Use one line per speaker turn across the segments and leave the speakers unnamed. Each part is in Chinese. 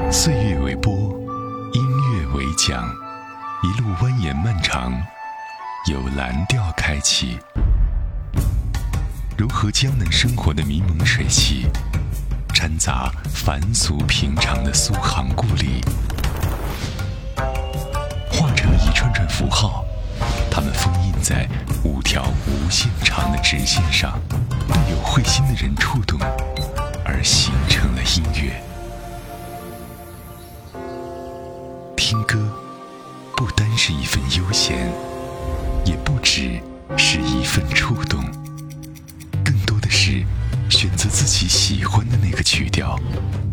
岁月为波，音乐为桨，一路蜿蜒漫长，由蓝调开启。柔和江南生活的迷蒙水汽，掺杂凡俗平常的苏杭故里，化成一串串符号，它们封印在5条无限长的直线上，被有慧心的人触动，而形成了音乐。听歌不单是一份悠闲，也不只是一份触动，更多的是选择自己喜欢的那个曲调，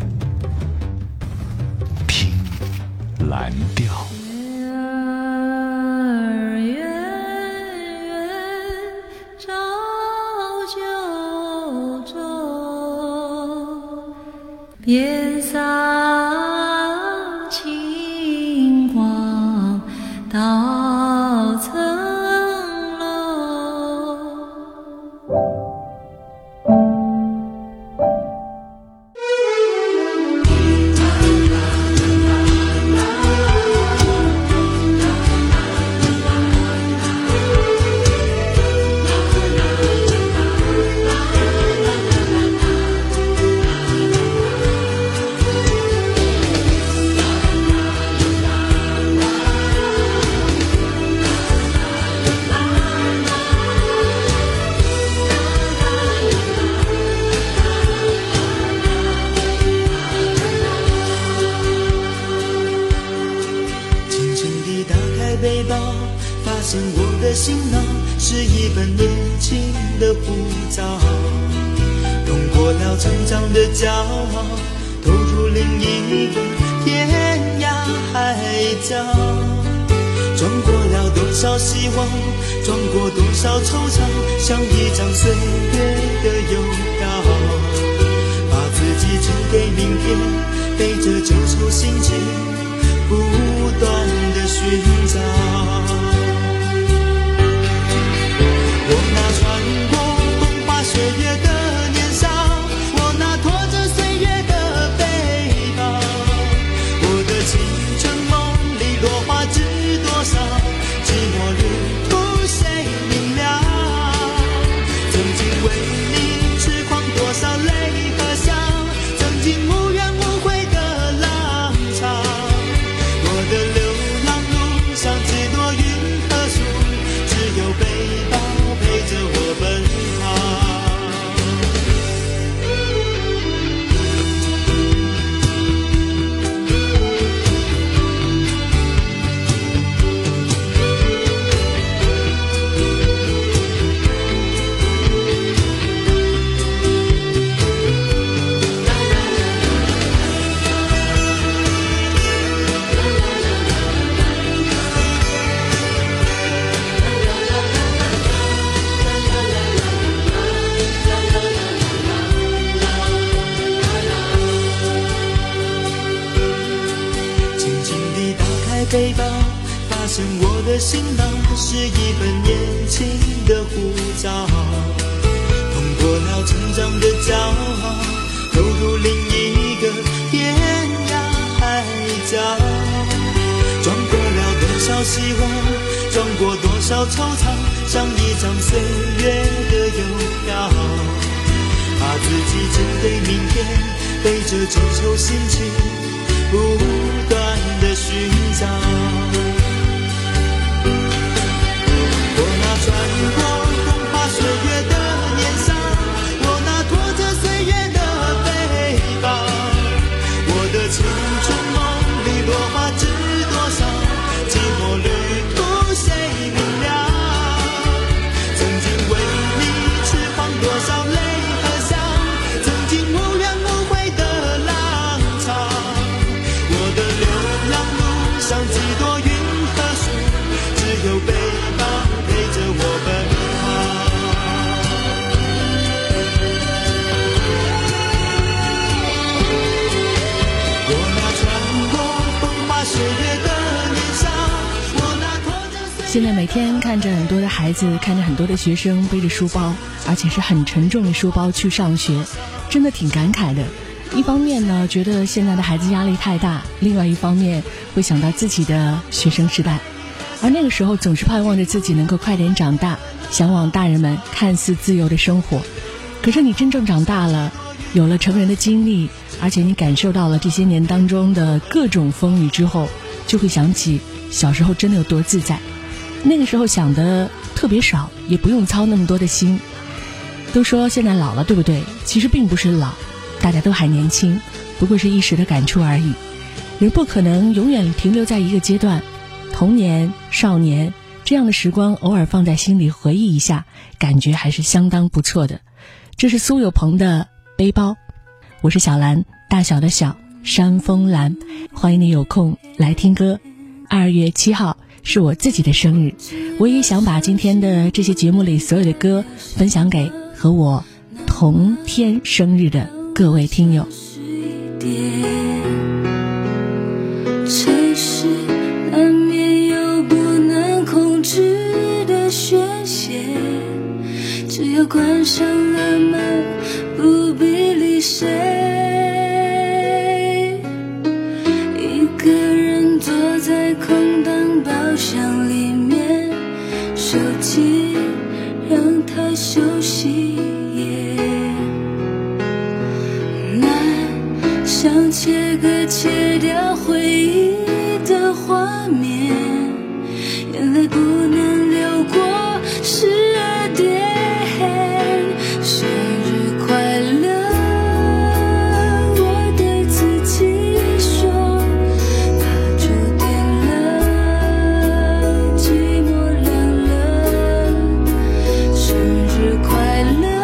听蓝调。
边上青光到层楼。
背包，发现我的行囊是一本年轻的护照，通过了成长的骄傲，投入另一个天涯海角，装过了多少希望，装过多少惆怅，像一张岁月的邮票，把自己只给明天，背着这首心情不断地寻找。我那穿过风花雪月的年少，我那拖着岁月的背包，我的青春梦里落花知多少，寂寞旅途谁明了？曾经为你痴狂多少泪和笑，曾经无怨无悔的浪潮，我的流浪路上几朵云和树，只有背包陪着我奔跑。背包，发现我的行囊是一本年轻的护照，通过了成长的骄傲，投入另一个天涯海角，装过了多少希望，装过多少惆怅，像一张岁月的邮票，把自己只给明天，背着这首心情不断地寻找。我那穿过风花雪月的年少，我那拖着岁月的背包，我的青春梦里落花知多少，寂寞旅途谁明了？曾经为你痴狂多少泪和笑，曾经无怨无悔的浪潮，我的流浪路上几朵云和树，只有背包陪着我奔跑。我那穿过风花雪月的年少，我那拖着
现在每天看着很多的孩子，看着很多的学生背着书包，而且是很沉重的书包去上学，真的挺感慨的。 一方面呢，觉得现在的孩子压力太大，另外一方面会想到自己的学生时代，而那个时候总是盼望着自己能够快点长大，向往大人们看似自由的生活。可是你真正长大了，有了成人的经历，而且你感受到了这些年当中的各种风雨之后，就会想起小时候真的有多自在。那个时候想的特别少，也不用操那么多的心。都说现在老了，对不对？其实并不是老，大家都还年轻，不过是一时的感触而已。人不可能永远停留在一个阶段，童年、少年这样的时光偶尔放在心里回忆一下，感觉还是相当不错的。这是苏有朋的背包，我是小兰，大小的小，山峰兰，欢迎你有空来听歌。2月7号是我自己的生日，我也想把今天的这些节目里所有的歌分享给和我同天生日的各位听友。
城市难免有不能控制的宣泄，只要关上了门，不必理谁。一个人坐在空荡包厢里面，手机让它休息。想切割切掉回忆的画面，眼泪不能流过12点。生日快乐，我对自己说，它注定了寂寞凉了。生日快乐，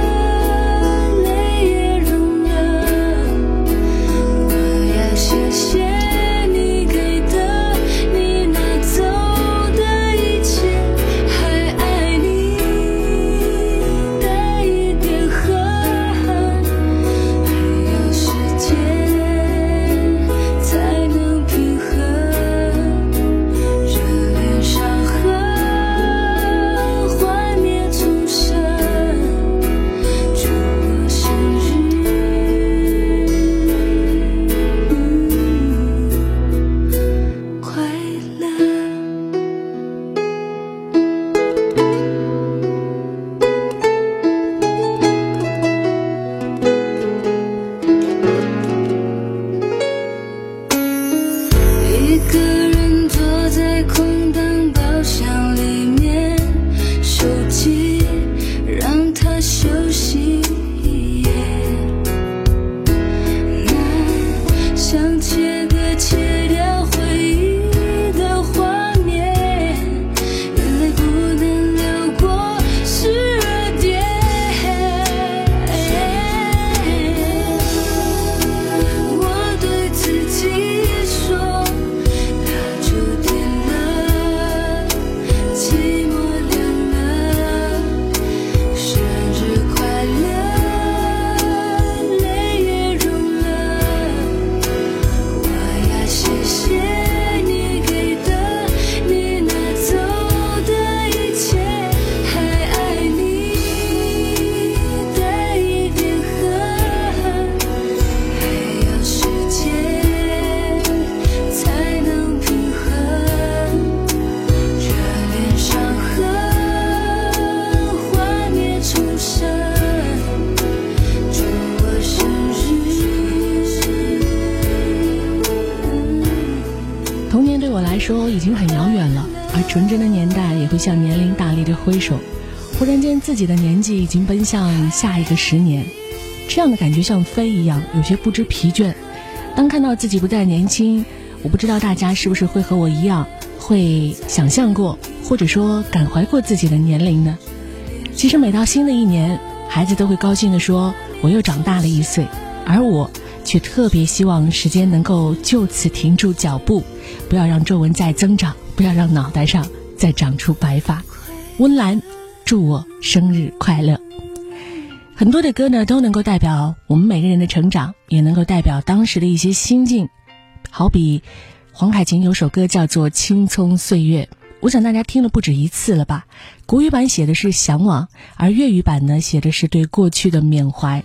说已经很遥远了，而纯真的年代也会向年龄大力的挥手，忽然间自己的年纪已经奔向下一个10年，这样的感觉像飞一样，有些不知疲倦。当看到自己不再年轻，我不知道大家是不是会和我一样，会想象过或者说感怀过自己的年龄呢？其实每到新的一年，孩子都会高兴地说我又长大了1岁，而我却特别希望时间能够就此停住脚步，不要让皱纹再增长，不要让脑袋上再长出白发。温岚，祝我生日快乐。很多的歌呢都能够代表我们每个人的成长，也能够代表当时的一些心境。好比黄凯芹有首歌叫做《青葱岁月》，我想大家听了不止一次了吧。国语版写的是向往，而粤语版呢写的是对过去的缅怀。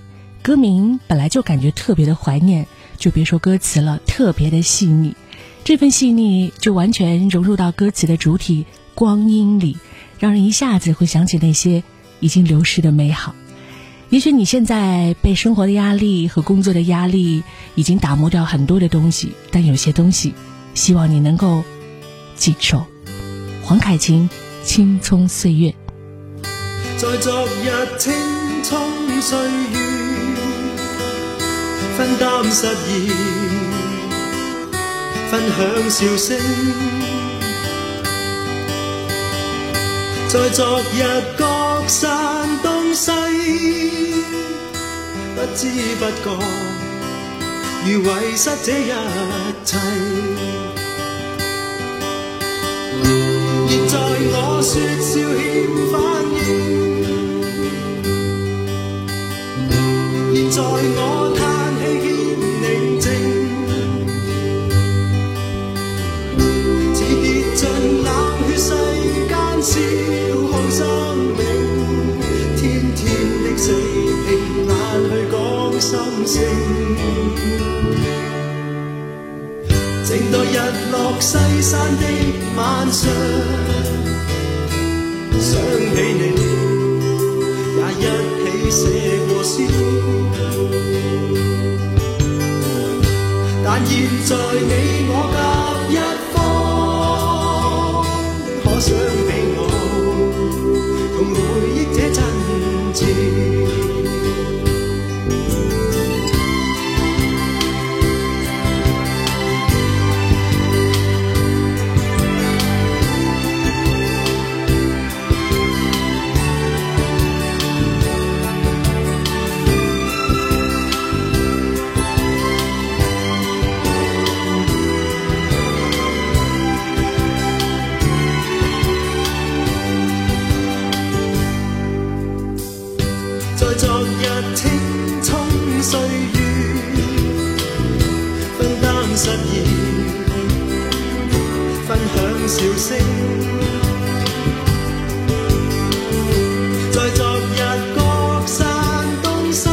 歌名本来就感觉特别的怀念，就别说歌词了，特别的细腻。这份细腻就完全融入到歌词的主体光阴里，让人一下子会想起那些已经流逝的美好。也许你现在被生活的压力和工作的压力已经打磨掉很多的东西，但有些东西希望你能够紧守。黄凯芹，青葱岁月。
在昨日青葱岁月，分擔失意，分享笑聲。在昨日各散東西，不知不覺如遺失這一切。現在我說笑欠反應，現在我嘆氣欠寧靜，似跌進冷血世間消耗生命，天天的死拼眼去講心聲，靜待日落西山的晚上，想起你也一起寫過詩，但現在你我隔一方，可想起我同回憶這真摯。在昨日青葱歲月，分擔失意，分享笑聲。在昨日各散東西，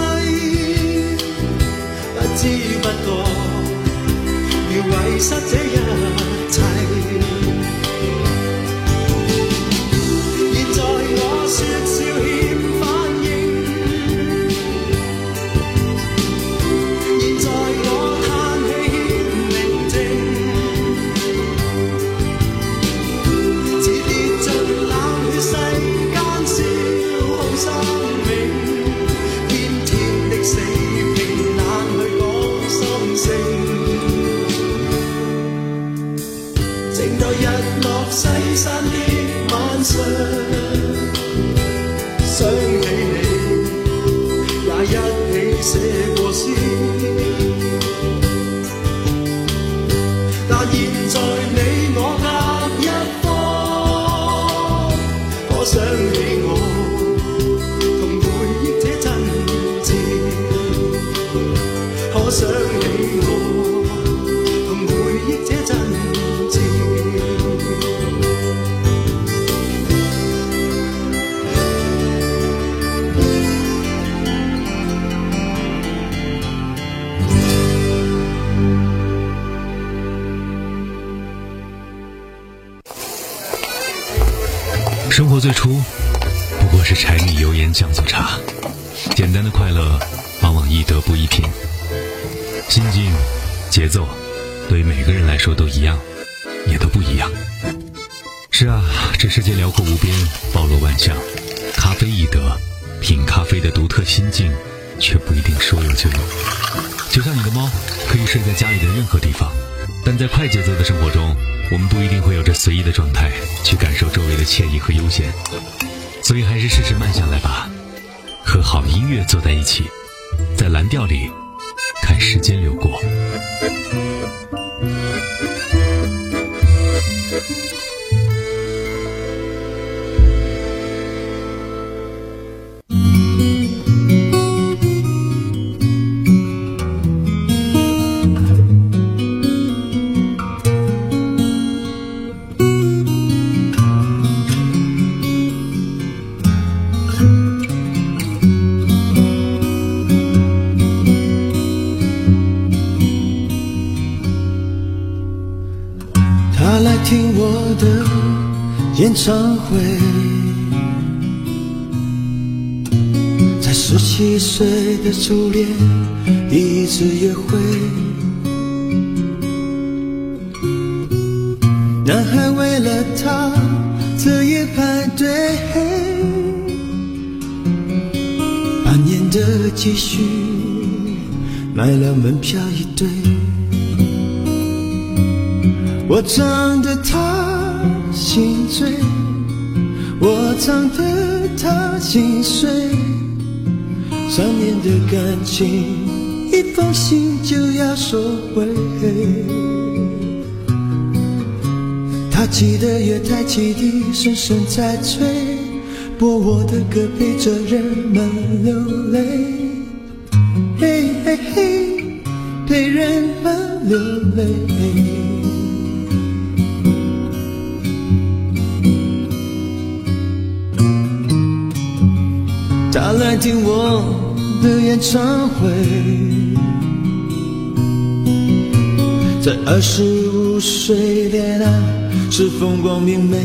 不知不覺如遺失這一切。現在我說笑欠反應，現在我嘆氣欠寧靜，似跌進冷血世間消耗生命，天天的死拼冷去講心聲，靜待日落西山的晚上，想起你也一起寫過詩，但現在你我隔一方，可想起我同回憶這真摯，可想起我同回憶這真摯。
生活最初不过是柴米油盐酱醋茶，简单的快乐往往易得不易品。心境、节奏对于每个人来说都一样，也都不一样。是啊，这世界辽阔无边，包罗万象，咖啡易得，品咖啡的独特心境却不一定说有就有。就像你的猫可以睡在家里的任何地方，但在快节奏的生活中，我们不一定会有着随意的状态去感受周围的惬意和悠闲，所以还是试试慢下来吧，和好音乐坐在一起，在蓝调里看时间流过。
听我的演唱会，在17岁的初恋第一次约会，男孩为了她彻夜排队，半年的积蓄买了门票一对，我唱得他心醉，我唱得他心碎，3年的感情1封信就要收回，他记得月台汽笛声声在催，播我的歌陪着人们流泪，嘿嘿嘿，陪人们流泪。他来听我的演唱会，在25岁恋爱是风光明媚，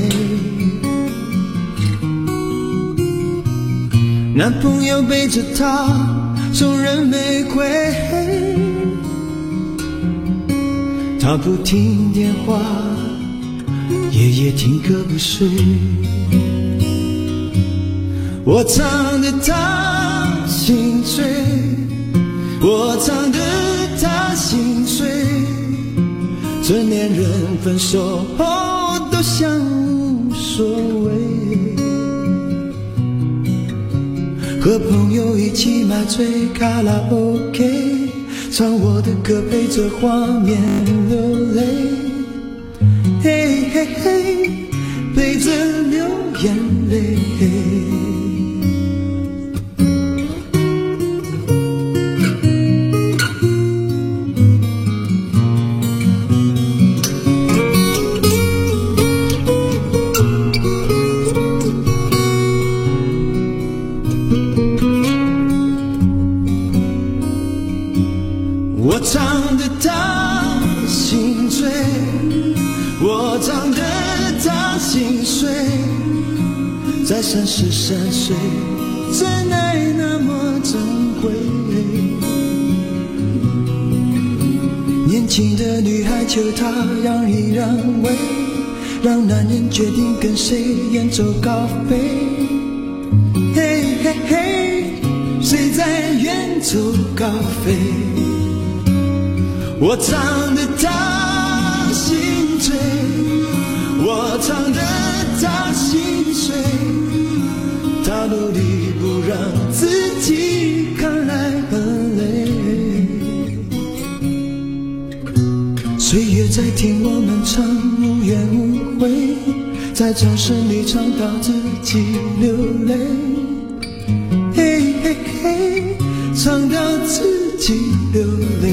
男朋友背着她送人玫瑰，她不听电话，夜夜听歌不睡，我唱得她心醉，我唱得她心碎，成年人分手后都像无所谓，和朋友一起买醉卡拉 OK， 唱我的歌陪着画面流泪，嘿嘿嘿，陪着流眼泪。我唱得她心醉，我唱得她心碎，在33岁，真爱那么珍贵。年轻的女孩求他让一让位，让男人决定跟谁远走高飞。嘿嘿嘿，谁在远走高飞？我唱得她心醉，我唱得她心碎，她努力不让自己看来很累。岁月在听我们唱无怨无悔，在掌声里唱到自己流泪。嘿嘿嘿，唱到自己流泪。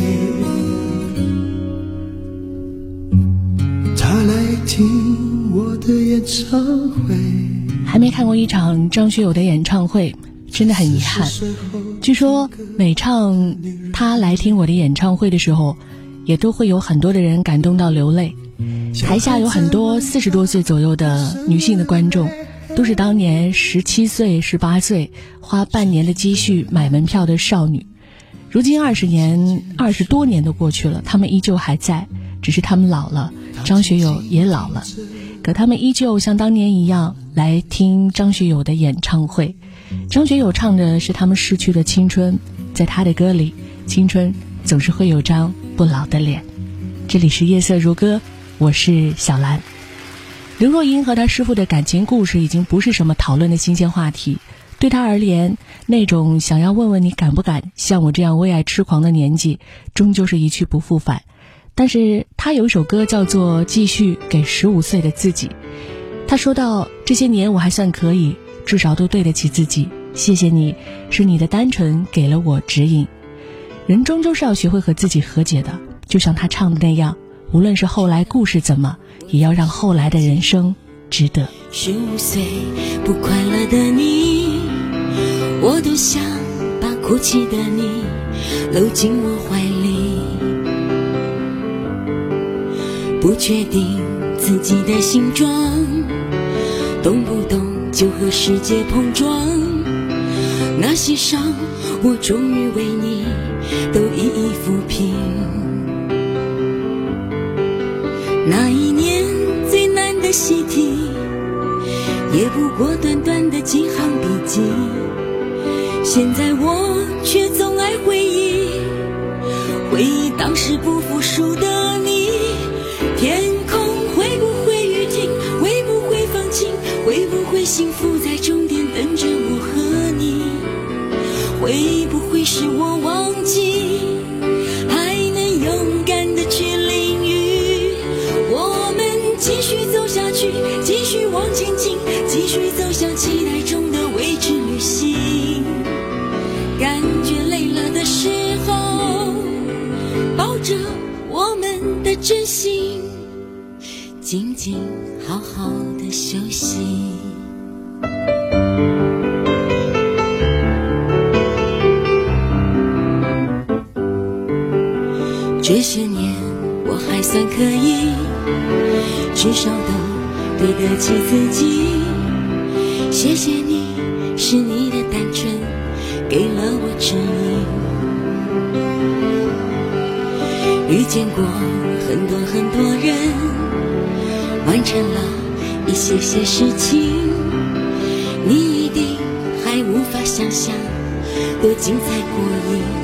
听我的演唱会，
还没看过一场张学友的演唱会，真的很遗憾。据说每唱他来听我的演唱会的时候，也都会有很多的人感动到流泪。台下有很多40多岁左右的女性的观众，都是当年17岁、18岁花半年的积蓄买门票的少女。如今20多年都过去了，她们依旧还在，只是她们老了，张学友也老了，可他们依旧像当年一样来听张学友的演唱会。张学友唱的是他们逝去的青春，在他的歌里，青春总是会有张不老的脸。这里是夜色如歌，我是小兰。刘若英和她师父的感情故事已经不是什么讨论的新鲜话题，对她而言，那种想要问问你敢不敢像我这样为爱痴狂的年纪，终究是一去不复返。但是他有一首歌叫做《继续给15岁的自己》，他说到这些年我还算可以，至少都对得起自己，谢谢你，是你的单纯给了我指引。人终究是要学会和自己和解的，就像他唱的那样，无论是后来故事怎么，也要让后来的人生值得。
15岁不快乐的你，我多想把哭泣的你搂进我怀里，不确定自己的形状，动不动就和世界碰撞。那些伤，我终于为你都一一抚平。那一年最难的习题，也不过短短的几行笔记。现在我却总爱回忆，回忆当时不服输的你。天空会不会雨停，会不会放晴，会不会幸福在终点等着我和你，会不会是我忘记，还能勇敢的去淋雨。我们继续走下去，继续往前进，继续走向期待中的未知旅行。感觉累了的时候，抱着我们的真心，静静好好的休息。这些年我还算可以，至少都对得起自己。谢谢你，是你的单纯给了我指引。遇见过很多很多人，完成了一些些事情，你一定还无法想象多精彩过瘾。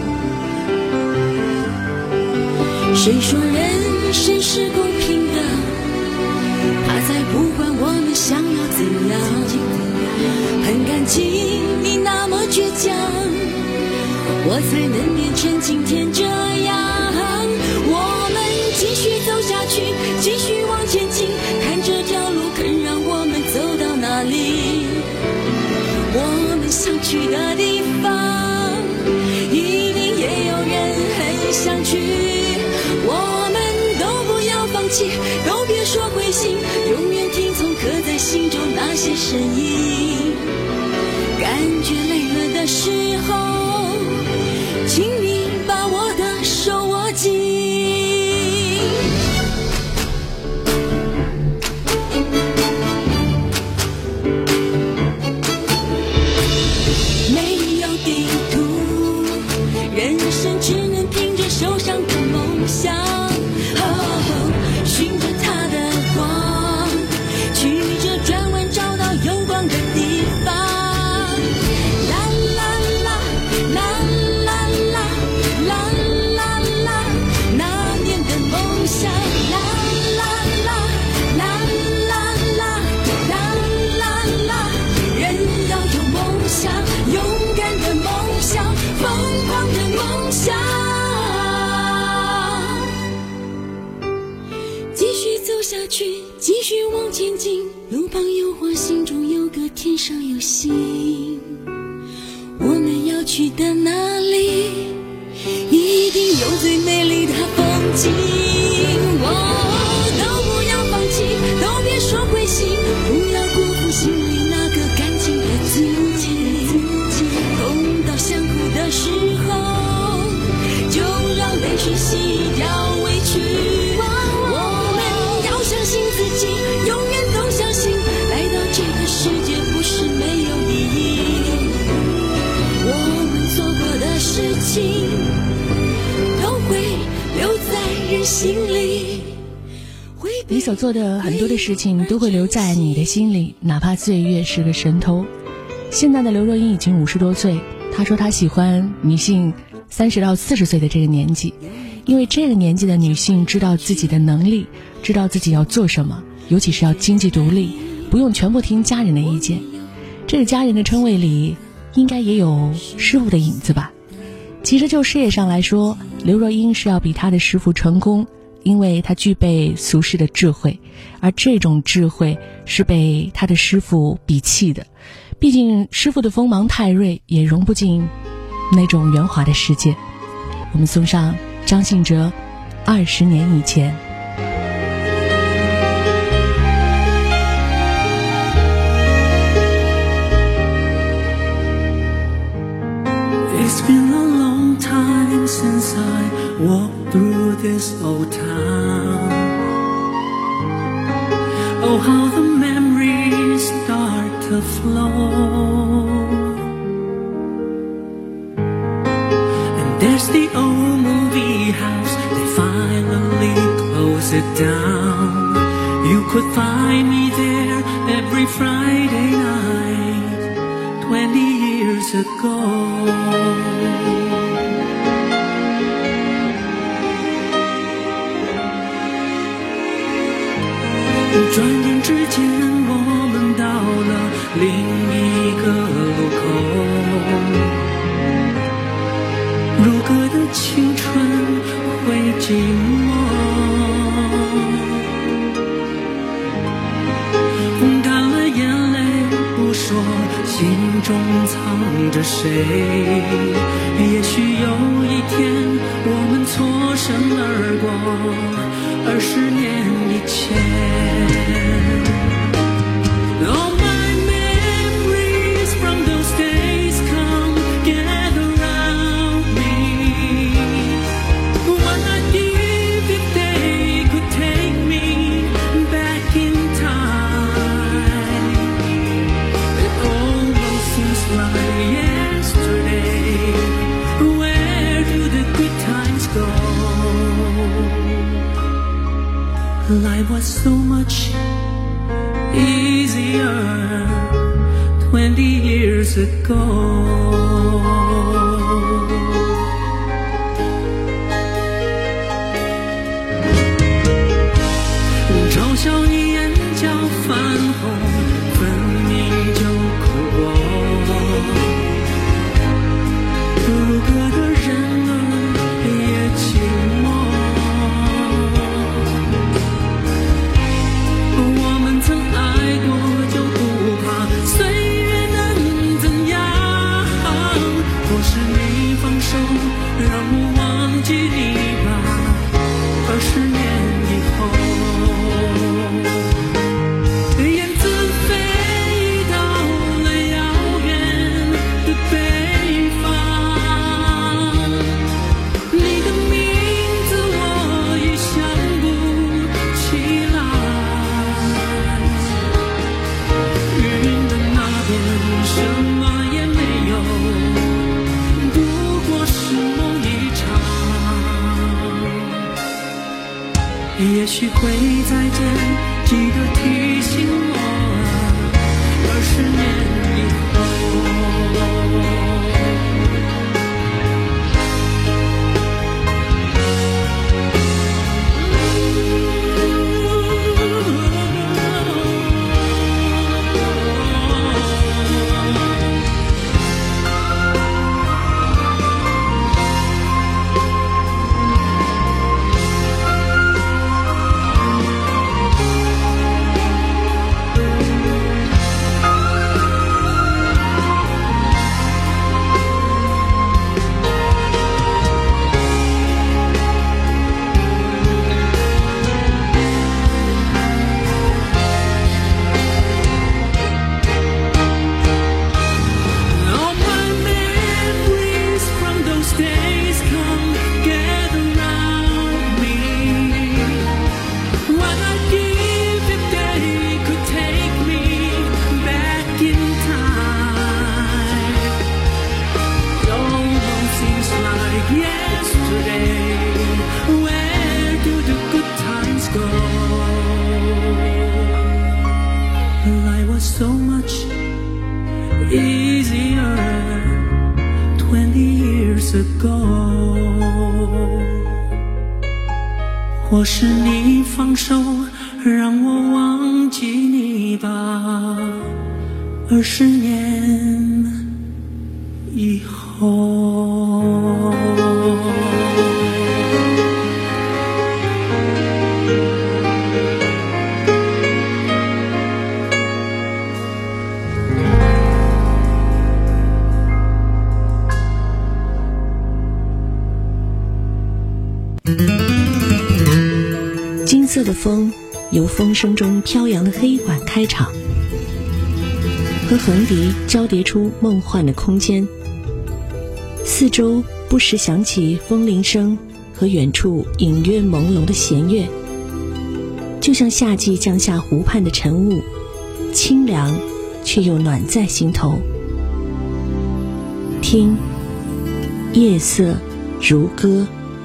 谁说人生是公平的，他才不管我们想要怎样。很感激你那么倔强，我才能变成今天这样。我们继续走下去，继续往前进，看这条路肯让我们走到哪里。我们想去的地方，一定也有人很想去。我们都不要放弃，都别说灰心，永远听从刻在心中那些声音。感觉累了的时候，请你把我的手握紧。没有地图，人生只能凭着手上的梦想。循着它的光，曲折转弯找到有光的地方。啦啦啦啦啦啦啦啦啦，那年的梦想。啦啦啦啦啦啦啦啦啦，人要有梦想，勇敢的梦想，疯狂的梦想。继续走下去，继续往前进，路旁有花，心中有歌，天上有星。我们要去的那里，一定有最美丽的风景。都不要放弃，都别说灰心，不要辜负心里那个干净的自己。痛到想哭的时候，就让泪水洗掉委屈。自己永远都相信，来到这个世界不是没有意义。我们做过的事情都会留在人心里。
你所做的很多的事情都会留在你的心里，哪怕岁月是个神偷。现在的刘若英已经50多岁，她说她喜欢女性30到40岁的这个年纪，因为这个年纪的女性知道自己的能力，知道自己要做什么，尤其是要经济独立，不用全部听家人的意见。这个家人的称谓里应该也有师傅的影子吧。其实就事业上来说，刘若英是要比她的师傅成功，因为她具备俗世的智慧，而这种智慧是被她的师傅鄙弃的。毕竟师傅的锋芒太锐，也融不进那种圆滑的世界。我们送上张信哲20年以前。
It's been a long time since I walked through this old town. Oh, how the memories start to flow. And there's the old movie house, they finally close it down. You could find me there every Friday night 20 years ago.转眼之间我们到了另一个路口，如歌的青春会寂寞，风干了眼泪不说，心中藏着谁，也许有一天我们错身而过20年以前。All my memories from those days come gather around me. What I'd give if they could take me back in time. It almost seems like yesterday. Where do the good times go? Life was so much easier 20 years ago. 嘲笑你眼角泛红，分明就哭过，如歌的人儿也寂寞，我们曾爱过就不怕岁月能怎样，或是你放手让我忘记你吧20年以后，燕子飞到了遥远的北方，你的名字我已想不起来，云的那边什么也没有，不过是梦一场，也许会再见，记得提醒我20年以后。So much easier 20 years ago. 或是你放手让我忘记你吧20年以后。
金色的风由风声中飘扬的黑管开场，和横笛交叠出梦幻的空间，四周不时响起风铃声和远处隐约朦胧的弦乐，
就像夏季降下湖畔的晨雾，清凉却又暖在心头。听，夜色如歌。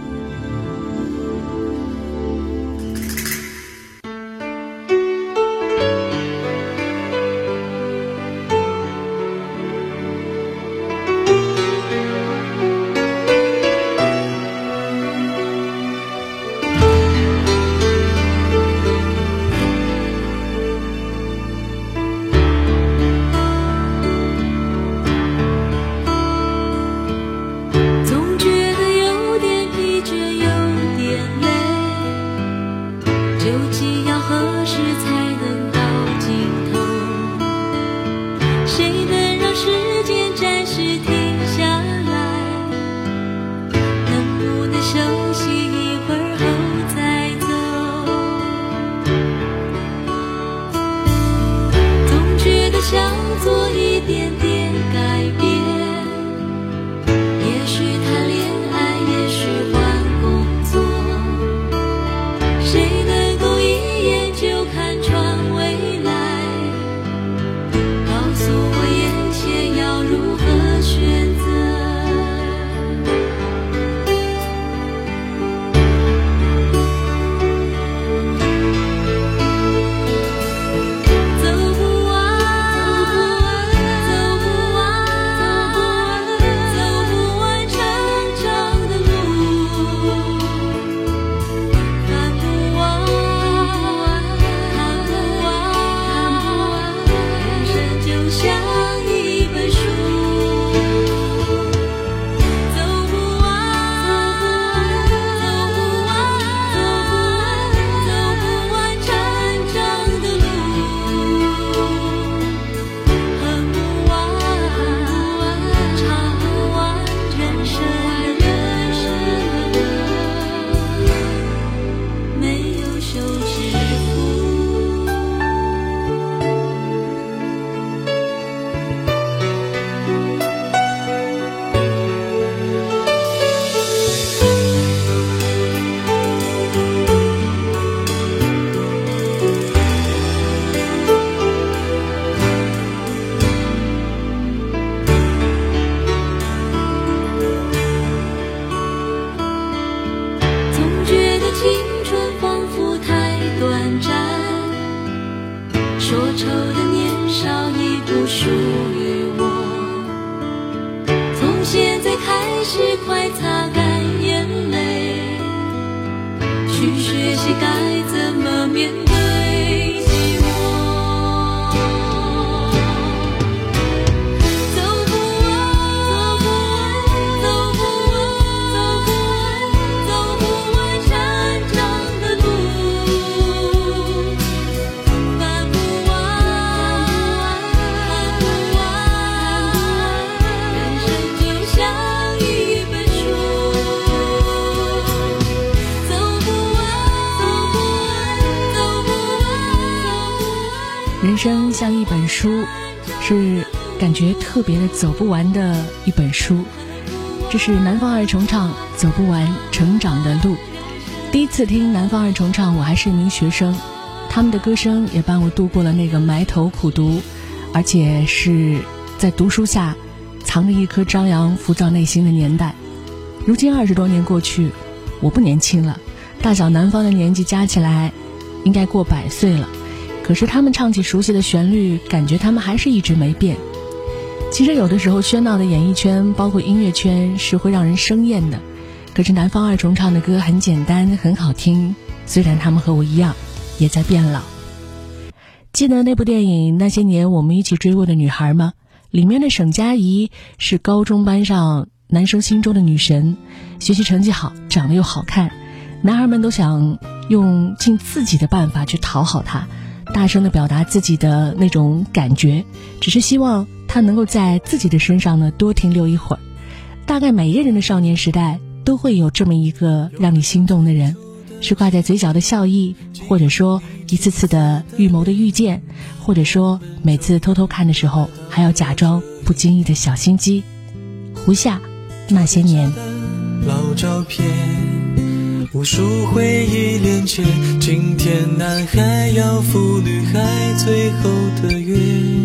人生像一本书，是感觉特别的走不完的一本书。这是南方二重唱走不完成长的路。第一次听南方二重唱，我还是一名学生，他们的歌声也伴我度过了那个埋头苦读，而且是在读书下藏着一颗张扬浮躁内心的年代。如今20多年过去，我不年轻了，大小南方的年纪加起来应该过100岁了，可是他们唱起熟悉的旋律，感觉他们还是一直没变。其实有的时候喧闹的演艺圈包括音乐圈是会让人生厌的，可是南方二重唱的歌很简单很好听，虽然他们和我一样也在变老。记得那部电影《那些年我们一起追过的女孩》吗？里面的沈佳宜是高中班上男生心中的女神，学习成绩好，长得又好看，男孩们都想用尽自己的办法去讨好她，大声地表达自己的那种感觉，只是希望她能够在自己的身上呢多停留一会儿。大概每一个人的少年时代都会有这么一个让你心动的人，是挂在嘴角的笑意，或者说一次次的预谋的遇见，或者说每次偷偷看的时候还要假装不经意的小心机。胡夏那些年。
老照片无数回忆连结，今天男孩要赴女孩最后的约，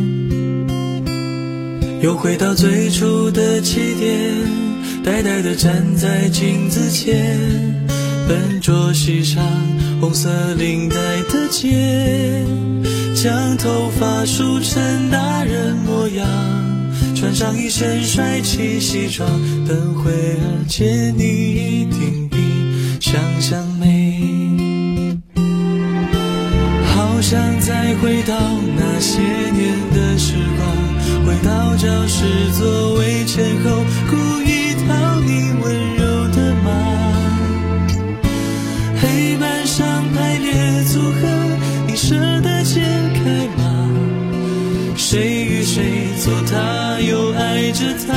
又回到最初的起点，呆呆地站在镜子前，笨拙系上红色领带的结，将头发梳成大人模样，穿上一身帅气西装，等会儿见你一定比想象美。好想再回到那些年的时光，回到教室座位前后，故意讨你温柔的骂，黑板上排列组合，你舍得解开吗？谁与谁做他，又爱着他。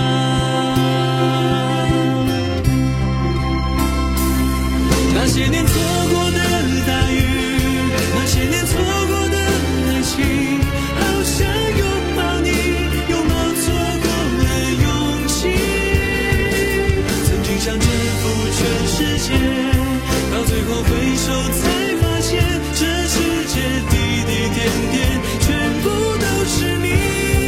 那些年错过的大雨，那些年错过的爱情，好想拥抱你，拥抱错过的勇气。曾经想征服全世界，到最后回首才发现，这世界滴滴点点全部都是你。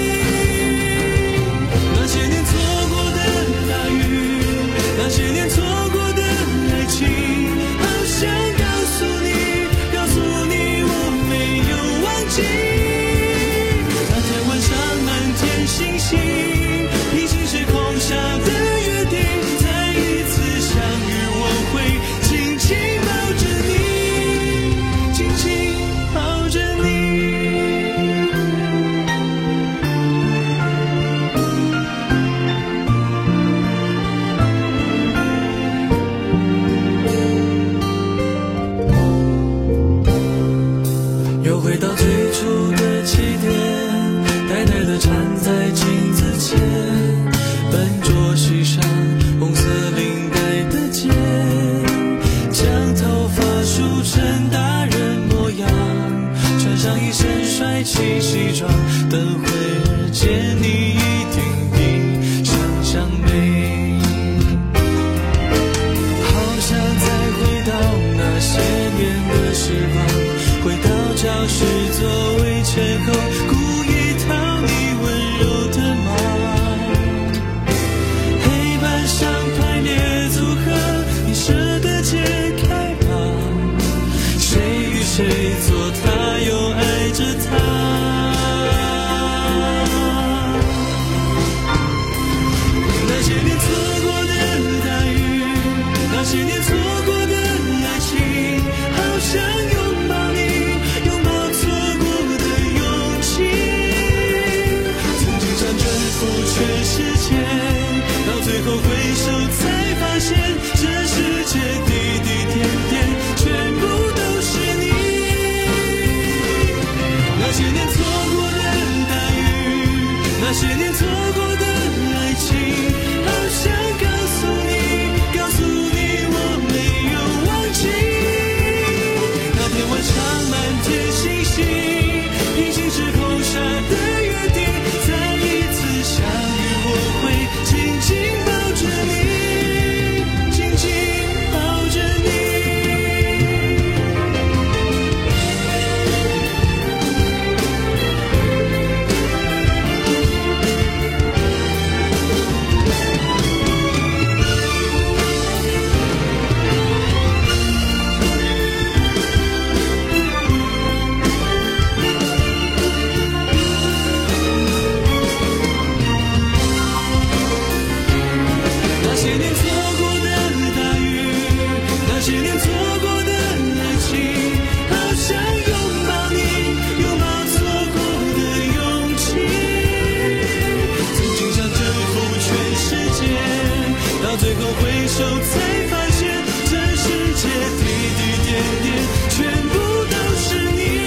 那些年错过的大雨，那些年错过的爱情，好想告诉你，告诉你我没有忘记。那天晚上满天星星，平行时空下的约定，再一次相遇我会紧紧抱着你，紧紧抱着你。又回到最初的起点，呆呆地站在镜子前，笨拙系上红色领带的结，将头发梳成大人模样，穿上一身帅气西装，等会儿见你一定比想象美。好想再回到那些年的时光，回到教室座位前后，故意讨你温柔的骂，黑板上排列组合，你舍得解开吗？谁与谁做他，又爱着他。那些年错过的大雨，那些年错过的爱情，好想拥抱你，拥抱错过的勇气。曾经想征服全世界，到最后回首才发现，这世界滴滴点点全部都是你。那些年错过的大雨，那些年错过的爱情，好想告诉你，告诉你我没有忘记。那天晚上满天星星，平行时空下的约定，再一次相遇我会紧紧抱着你，紧紧抱着你。那些年错过的大雨，那些年错过的爱情，好想拥抱你，拥抱错过的勇气。曾经想征服全世界，到最后回首才发现，这世界滴滴点点全部都是你。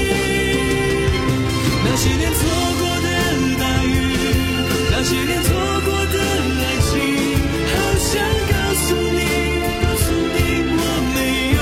那些年错过的大雨，那些年错过的爱情，好想告诉你，告诉你我没有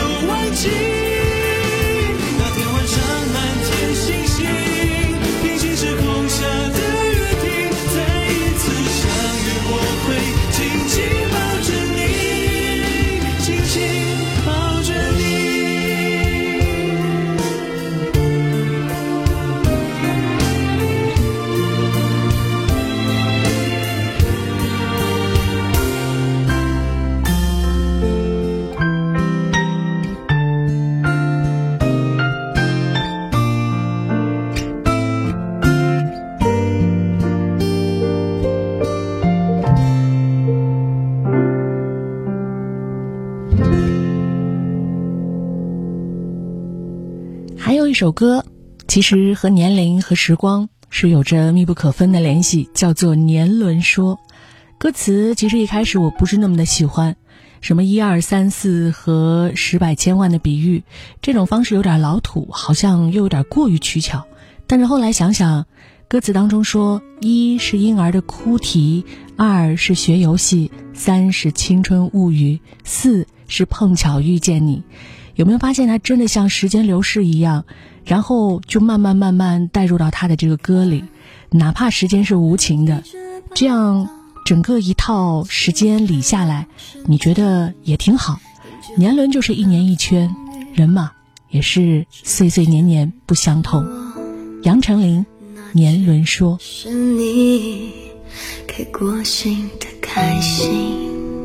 还有一首歌，其实和年龄和时光是有着密不可分的联系，叫做《年轮说》。歌词其实一开始我不是那么的喜欢，什么1、2、3、4和10、100、千万的比喻，这种方式有点老土，好像又有点过于取巧。但是后来想想，歌词当中说1是婴儿的哭啼，2是学游戏，3是青春物语，4是碰巧遇见你。有没有发现它真的像时间流逝一样，然后就慢慢带入到他的这个歌里，哪怕时间是无情的，这样整个一套时间理下来，你觉得也挺好。年轮就是1年1圈，人嘛也是岁岁年年不相同。杨丞琳，年轮说。
是你给过心的开心，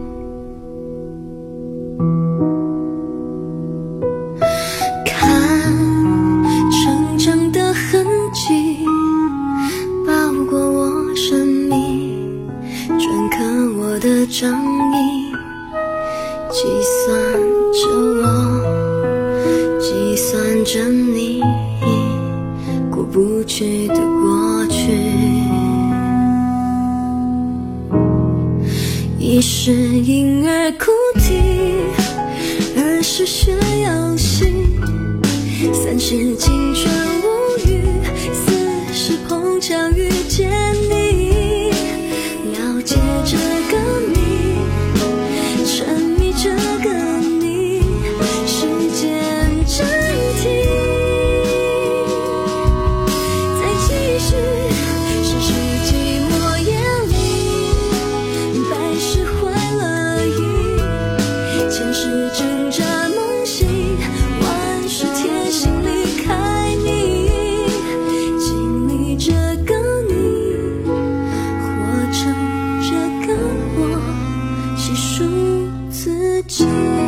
看成长的痕迹包裹我生命，镌刻我的掌印，计算着我，计算着你过不去的过去。1是婴儿哭啼，2是学游戏，3是青春物语，4是碰巧遇见你，了解这个你，沉迷这个你，时间暂停，再继续是世纪末夜里，百事坏了意，前世挣扎梦醒，万事贴心离开你，经历这个你，活成这个我，细数自己。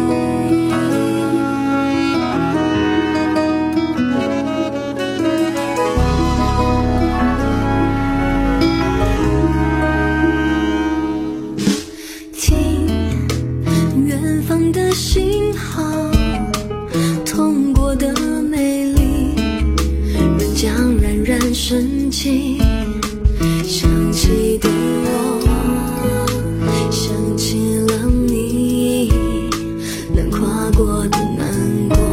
听远方的信号，痛过的美丽，人将冉冉升起，想起的我，想起了你，能跨过的难过。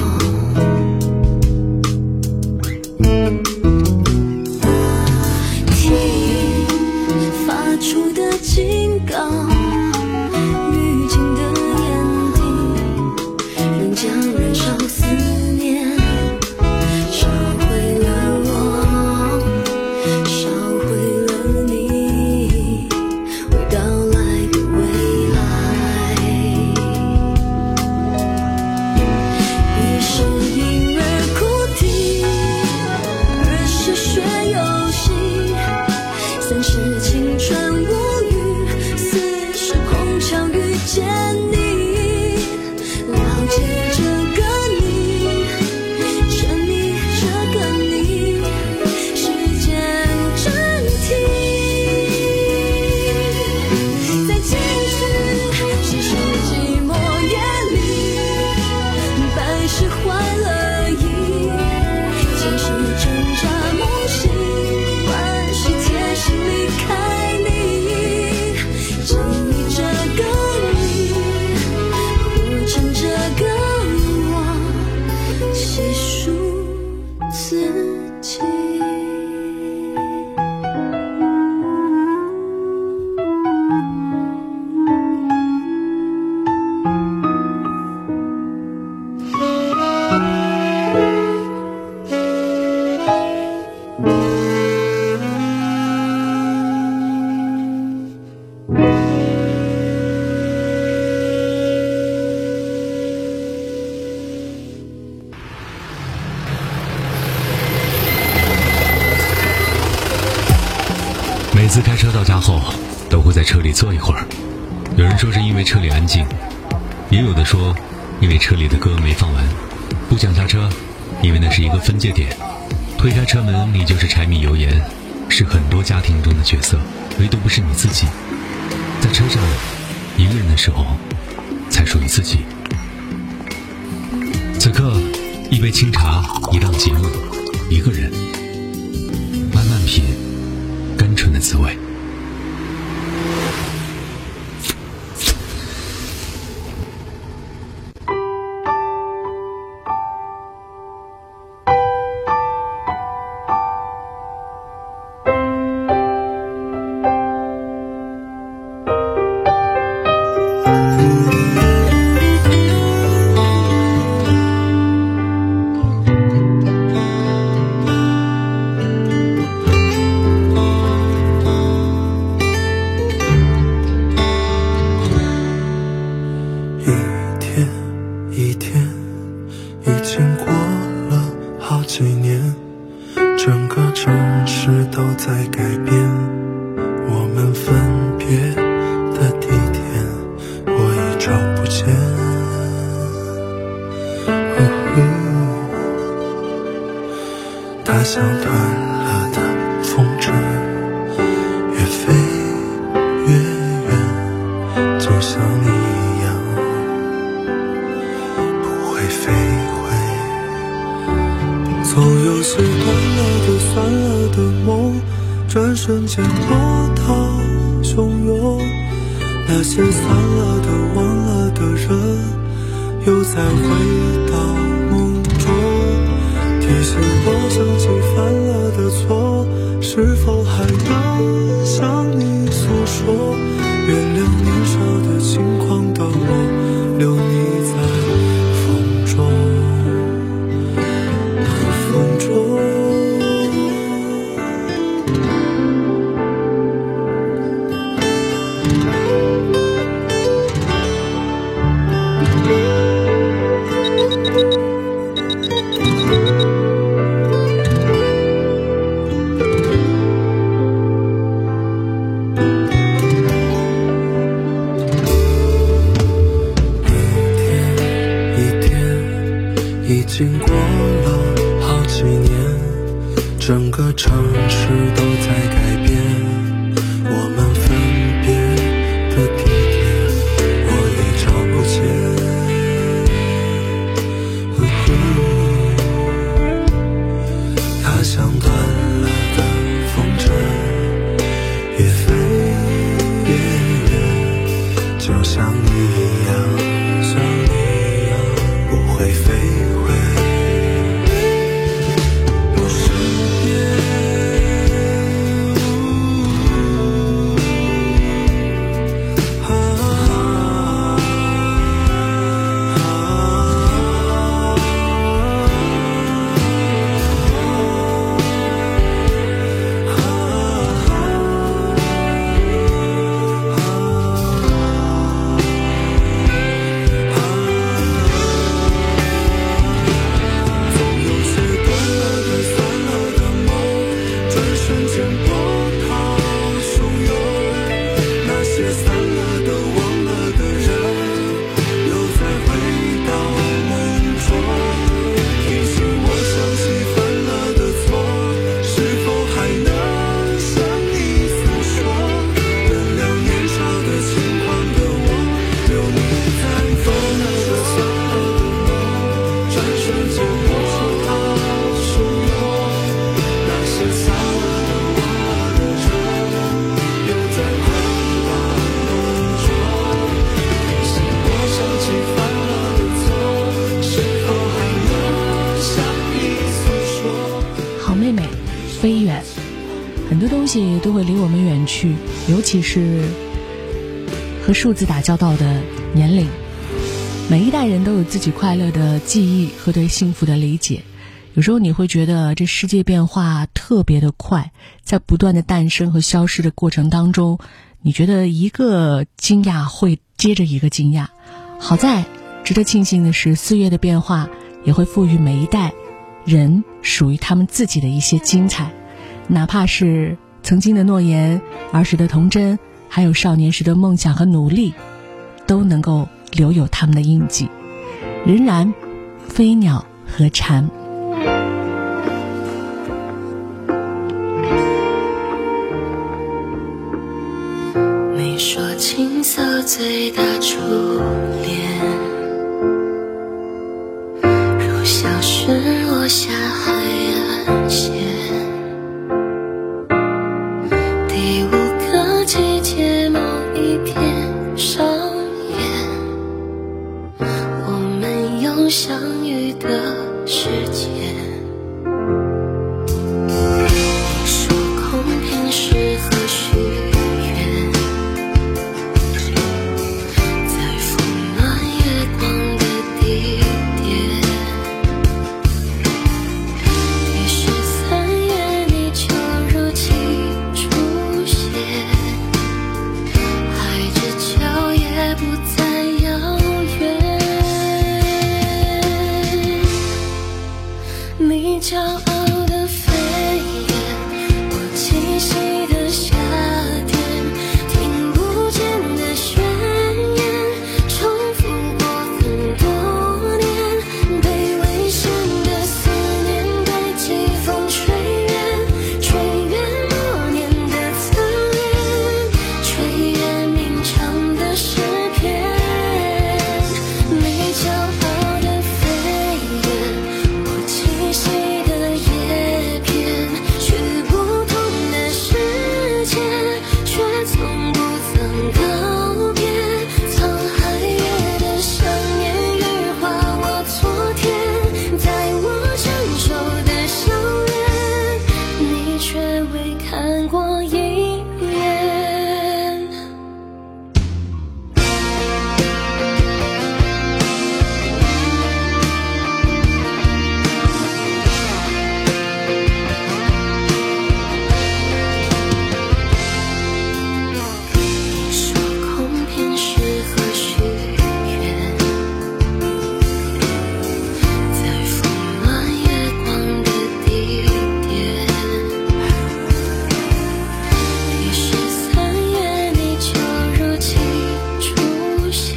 听发出的警告，预警的眼底，仍将燃烧思念，烧毁了我，烧毁了你，未到来的未来。1是婴儿哭啼，2是学游戏，3是青春物语，4是碰巧遇见你，了解这个你，沉迷这个你，时间暂停，再继续是世纪末夜里，百事坏了意，前世挣扎梦醒，万事贴心离开你，经历这个你，活成这个我，细数自己。
每次开车到家后，都会在车里坐一会儿。有人说是因为车里安静，也有的说因为车里的歌没放完。不想下车，因为那是一个分界点。推开车门，你就是柴米油盐，是很多家庭中的角色，唯独不是你自己。在车上，一个人的时候，才属于自己。此刻， 一杯清茶，一档节目，一个人，慢慢品甘醇的滋味。
它像断了的风筝，越飞越远，就像你一样，不会飞回。总有些断了的算了的梦，转瞬间波涛汹涌，那些散了的忘了的人，又再回到梦中，提醒我想起犯了的错，是否还能向你诉说？原谅年少的轻狂的我，留你在风中，风中。已经过了好几年，整个城市都在改变，我们分别的地点我已找不见。它像断了的风筝，越飞越远，就像你一样，像你一样，不会飞。
飞远，很多东西都会离我们远去，尤其是和数字打交道的年龄。每一代人都有自己快乐的记忆和对幸福的理解。有时候你会觉得这世界变化特别的快，在不断的诞生和消失的过程当中，你觉得一个惊讶会接着一个惊讶。好在值得庆幸的是，岁月的变化也会赋予每一代人属于他们自己的一些精彩，哪怕是曾经的诺言、儿时的童真，还有少年时的梦想和努力，都能够留有他们的印记。仍然飞鸟和蝉，
你说青涩最大初恋，如小雪是我下海岸线，第5个季节某一天上演，我们有相遇的时间。说空瓶适合许愿，在风暖月光的地点。于是3月你就如期出现，海之角也不再遥远。你骄傲的飞远，我栖息的夏天，听不见的宣言，重复过很多年，被危险的思念被季风吹远，吹远默念的侧脸，吹远鸣唱的诗篇。你骄傲的飞远，我栖息的叶片，去不同的世界，却从不曾告别。沧海月的想念羽化我昨天，在我成熟的笑脸，你却未看过一眼。说空瓶适合许愿，在风暖月光的地点。于是3月你就如期出现，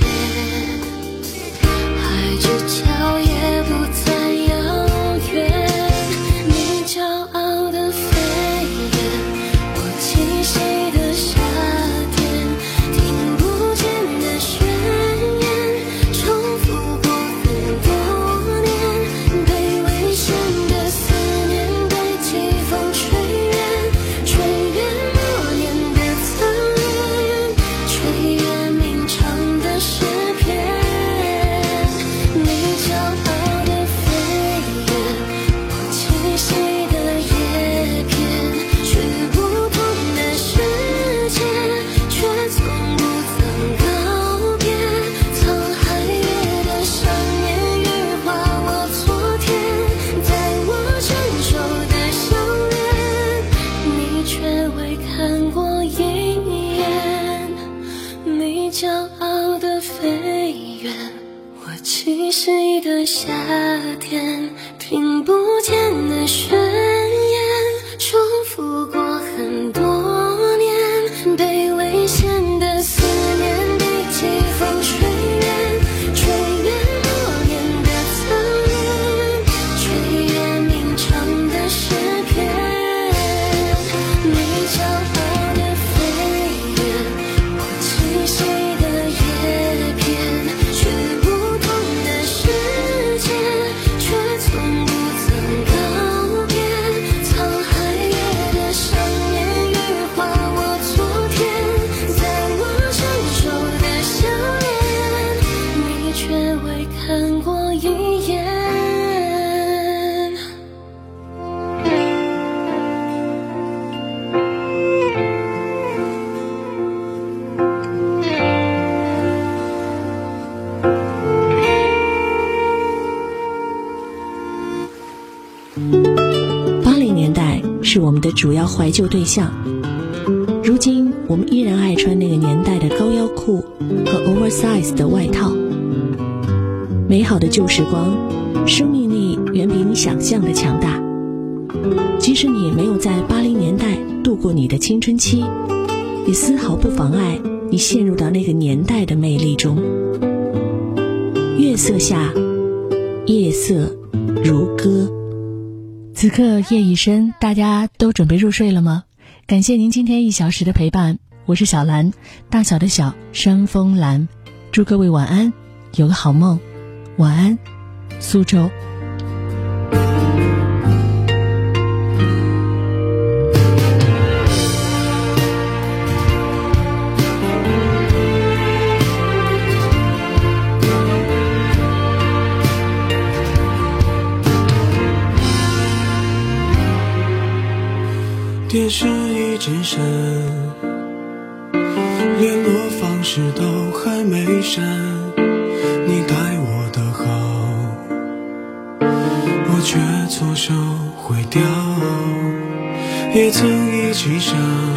海之角也不再遥远。你骄傲的飞远，我栖息的夏天，听不见的宣言，重复过很多年，被危险的思念被季风吹远，吹远默念的侧脸，吹远鸣唱的诗篇。你骄傲的飞远，我栖息的叶片，去不同的世界，却从不曾告别。沧海月的想念羽化我昨天，在我成熟的笑脸，你却未看过一眼。你骄傲的飞远，我栖息的夏天，听不见的宣言，重复过很多年，被危险的思念被季风吹远，吹远默念的侧脸，吹远鸣唱的诗篇。你骄傲的飞远，我栖息的叶片，去不同的世界，却从不曾告别。沧海月的想念羽化我昨天，在我成熟的笑脸，你却未看过一眼。
80年代是我们的主要怀旧对象，如今我们依然爱穿那个年代的高腰裤和 oversize 的外套。美好的旧时光，生命力远比你想象的强大。即使你没有在80年代度过你的青春期，也丝毫不妨碍你陷入到那个年代的魅力中。月色下，夜色如歌。
此刻夜已深，大家都准备入睡了吗？感谢您今天1小时的陪伴，我是小兰，大小的小，山峰兰。祝各位晚安，有个好梦。晚安，苏州。
电视一直闪，联络方式都还没删，你待我的好，我却错手毁掉。也曾一起想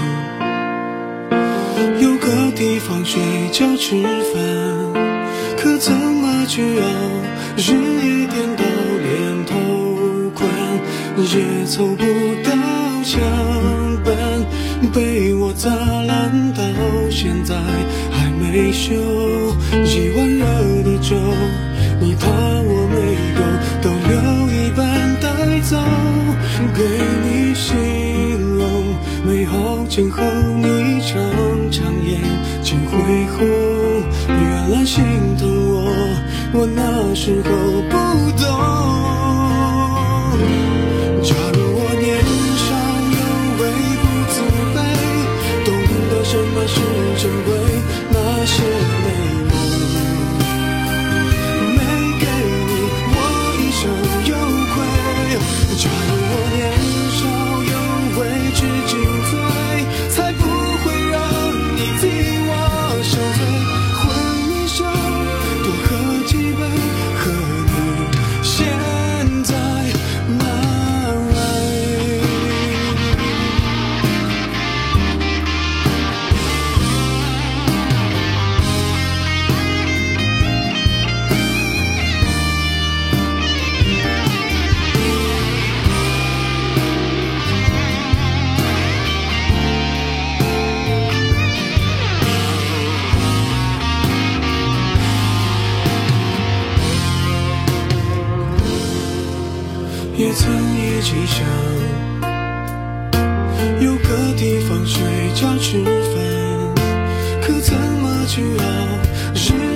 有个地方睡觉吃饭，可怎么去熬，日夜颠倒连头款也凑不到墙板，被我砸烂到现在还没修。一碗热的粥，你怕我没够，都留一半带走，给你形容美好今后，你常常眼睛会红。原来心疼我那时候不懂。假如我年少有为不自卑，懂得什么是珍贵，那些美梦没给你，我一生有愧。假如我年少有为知进退，才不会让你替我受罪。混一生多喝几杯，和你现在难为。也曾一起想有个地方睡觉吃饭，可怎么去熬，日